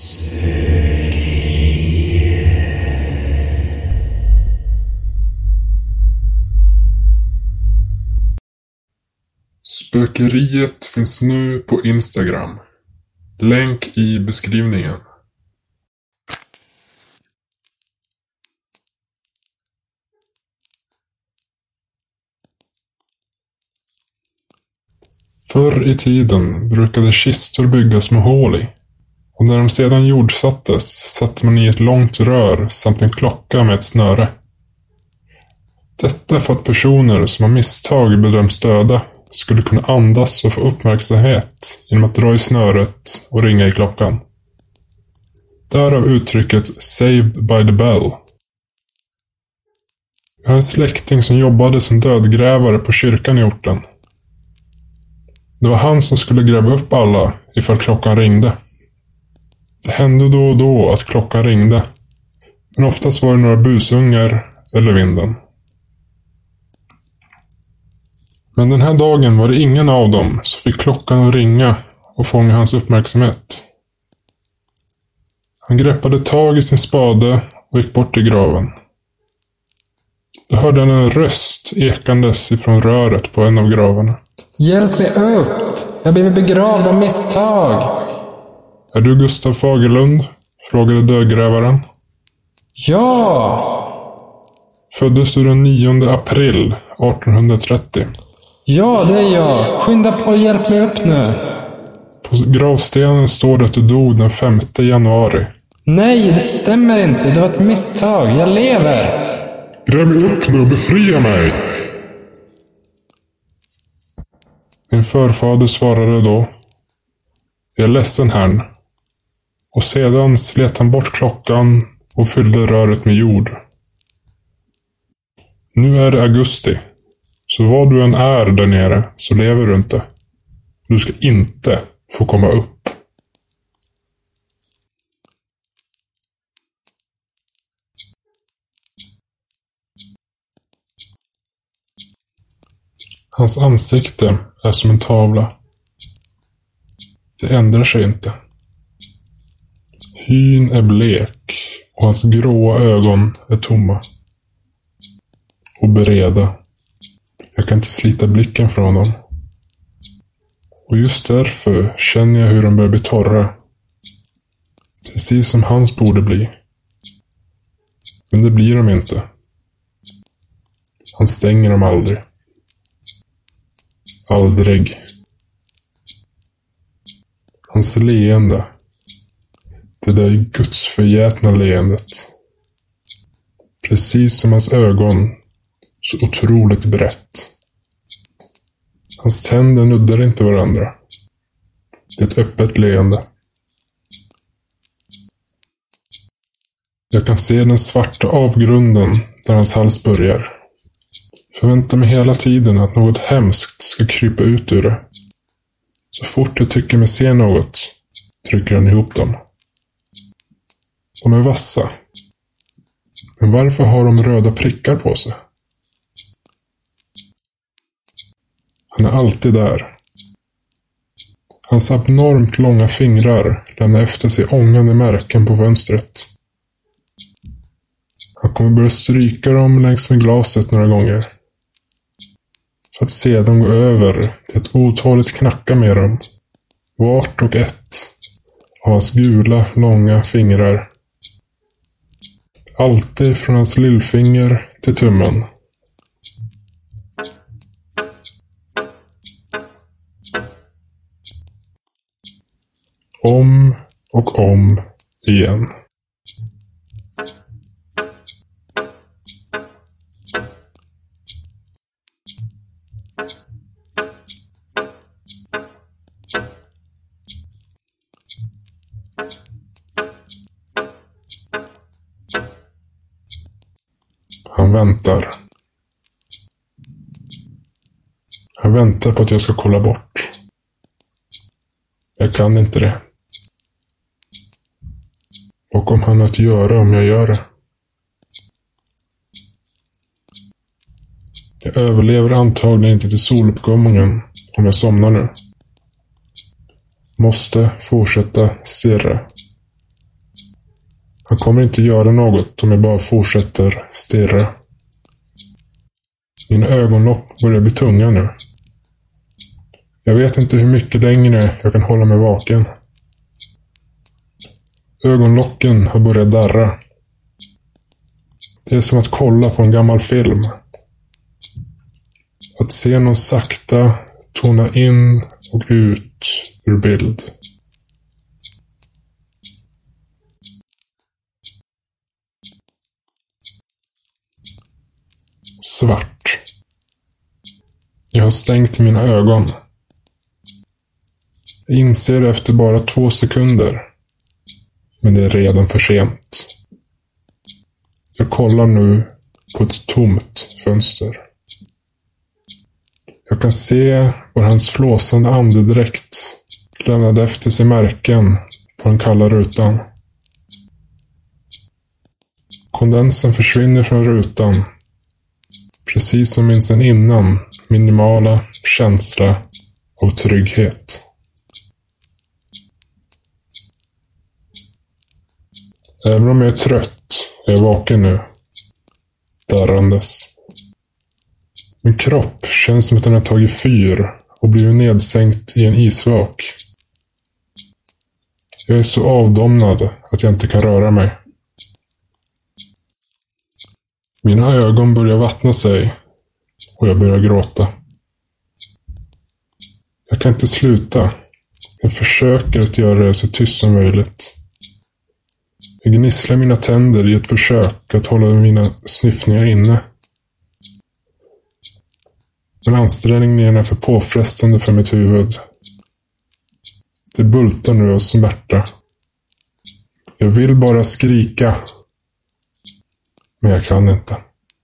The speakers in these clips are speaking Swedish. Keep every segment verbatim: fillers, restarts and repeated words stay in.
Spökeriet finns nu på Instagram. Länk i beskrivningen. Förr i tiden brukade kistor byggas med hål i. Och när de sedan jordsattes satte man i ett långt rör samt en klocka med ett snöre. Detta för att personer som av misstag bedömts döda skulle kunna andas och få uppmärksamhet genom att dra i snöret och ringa i klockan. Därav uttrycket Saved by the Bell. Jag har en släkting som jobbade som dödgrävare på kyrkan i orten. Det var han som skulle gräva upp alla ifall klockan ringde. Det hände då och då att klockan ringde, men oftast var det några busungar eller vinden. Men den här dagen var det ingen av dem som fick klockan att ringa och fånga hans uppmärksamhet. Han greppade tag i sin spade och gick bort till graven. Då hörde han en röst ekandes ifrån röret på en av gravarna. Hjälp mig upp! Jag blev begravd av misstag! Är du Gustav Fagerlund? Frågade dödgrävaren. Ja! Föddes du den nionde april artonhundratrettio? Ja, det är jag. Skynda på och hjälp mig upp nu. På gravstenen står det att du dog den femte januari. Nej, det stämmer inte. Det var ett misstag. Jag lever. Gräv mig upp nu och befria mig. Min förfader svarade då. Jag är ledsen, herrn. Och sedan slet han bort klockan och fyllde röret med jord. Nu är det augusti. Så vad du än är där nere så lever du inte. Du ska inte få komma upp. Hans ansikte är som en tavla. Det ändrar sig inte. Hyn är blek och hans gråa ögon är tomma. Och bereda. Jag kan inte slita blicken från dem. Och just därför känner jag hur de börjar bli torra. Precis som hans borde bli. Men det blir de inte. Han stänger dem aldrig. Aldrig. Hans leende. Det där gudsförgätna leendet. Precis som hans ögon. Så otroligt brett. Hans tänder nuddar inte varandra. Det är ett öppet leende. Jag kan se den svarta avgrunden där hans hals börjar. Förväntar mig hela tiden att något hemskt ska krypa ut ur det. Så fort jag tycker mig se något trycker han ihop dem. De är vassa. Men varför har de röda prickar på sig? Han är alltid där. Hans abnormt långa fingrar lämnar efter sig ångande märken på fönstret. Han kommer börja stryka dem längs med glaset några gånger. För att sedan gå över till ett otåligt knacka med dem. Vart och ett av hans gula, långa fingrar. Alltid från hans lillfinger till tummen. Om och om igen. Han väntar. Han väntar på att jag ska kolla bort. Jag kan inte det. Och om han har att göra om jag gör det. Jag överlever antagligen inte till soluppgången om jag somnar nu. Måste fortsätta stirra. Han kommer inte göra något om jag bara fortsätter stirra. Mina ögonlock börjar bli tunga nu. Jag vet inte hur mycket längre jag kan hålla mig vaken. Ögonlocken har börjat darra. Det är som att kolla på en gammal film. Att se någon sakta tona in och ut ur bild. Svart. Jag har stängt mina ögon. Jag inser det efter bara två sekunder. Men det är redan för sent. Jag kollar nu på ett tomt fönster. Jag kan se var hans flåsande andedräkt lämnade efter sig märken på den kalla rutan. Kondensen försvinner från rutan. Precis som min sen innan minimala känsla av trygghet. Även om jag är trött är jag vaken nu. Darrandes. Min kropp känns som att den har tagit fyr och blivit nedsänkt i en isvak. Jag är så avdomnad att jag inte kan röra mig. Mina ögon börjar vattna sig och jag börjar gråta. Jag kan inte sluta. Jag försöker att göra det så tyst som möjligt. Jag gnisslar mina tänder i ett försök att hålla mina snyftningar inne. Men ansträngningen är för påfrestande för mitt huvud. Det bultar nu av smärta. Jag vill bara skrika. Men jag kan inte.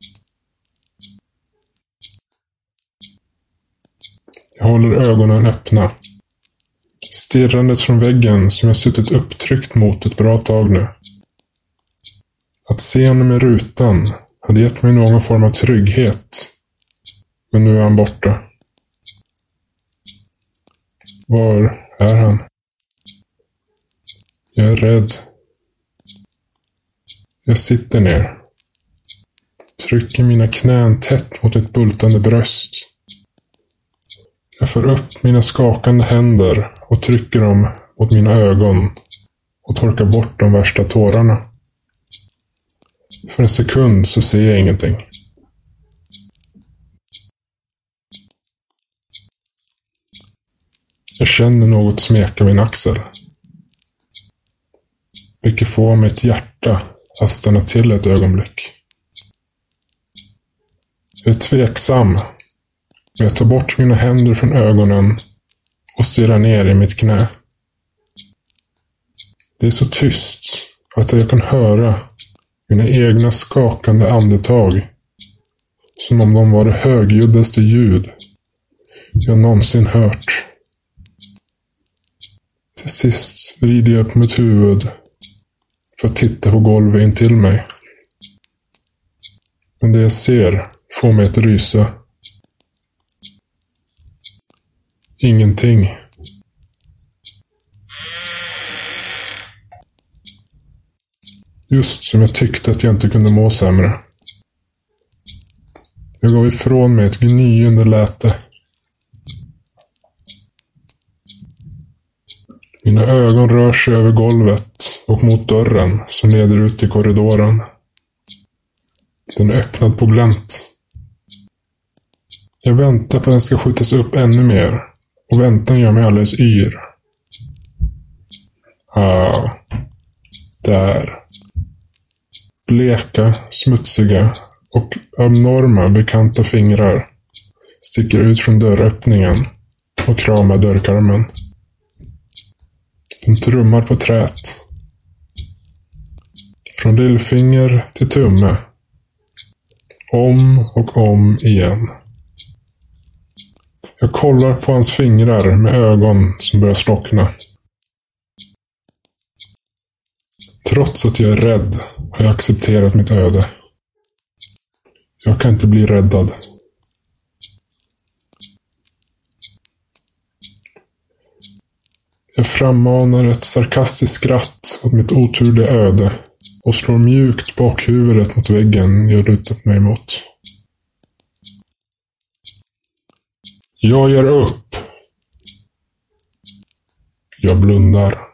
Jag håller ögonen öppna. Stirrandet från väggen som jag suttit upptryckt mot ett bra tag nu. Att se honom i rutan hade gett mig någon form av trygghet. Men nu är han borta. Var är han? Jag är rädd. Jag sitter ner. Trycker mina knän tätt mot ett bultande bröst. Jag får upp mina skakande händer och trycker dem mot mina ögon och torkar bort de värsta tårarna. För en sekund så ser jag ingenting. Jag känner något smeka min axel. Vilket får mitt hjärta att stanna till ett ögonblick. Jag är tveksam. Men jag tar bort mina händer från ögonen och stirrar ner i mitt knä. Det är så tyst att jag kan höra mina egna skakande andetag. Som om de var det högljuddaste ljud jag någonsin hört. Till sist vrider jag på mitt huvud för att titta på golvet intill mig. Men det jag ser får mig att rysa. Ingenting. Just som jag tyckte att jag inte kunde må sämre. Jag gav ifrån mig ett gnyende läte. Mina ögon rör sig över golvet och mot dörren som leder ut i korridoren. Den är öppnad på glänt. Jag väntar på att den ska skjutas upp ännu mer. Och väntan gör mig alldeles yr. Ah, där. Bleka, smutsiga och abnorma bekanta fingrar sticker ut från dörröppningen och kramar dörrkarmen. De trummar på trät. Från lillfinger till tumme. Om och om igen. Jag kollar på hans fingrar med ögon som börjar slockna. Trots att jag är rädd har jag accepterat mitt öde. Jag kan inte bli räddad. Jag frammanar ett sarkastiskt skratt åt mitt oturliga öde och slår mjukt bakhuvudet mot väggen jag lutat mig mot. Jag ger upp. Jag blundar.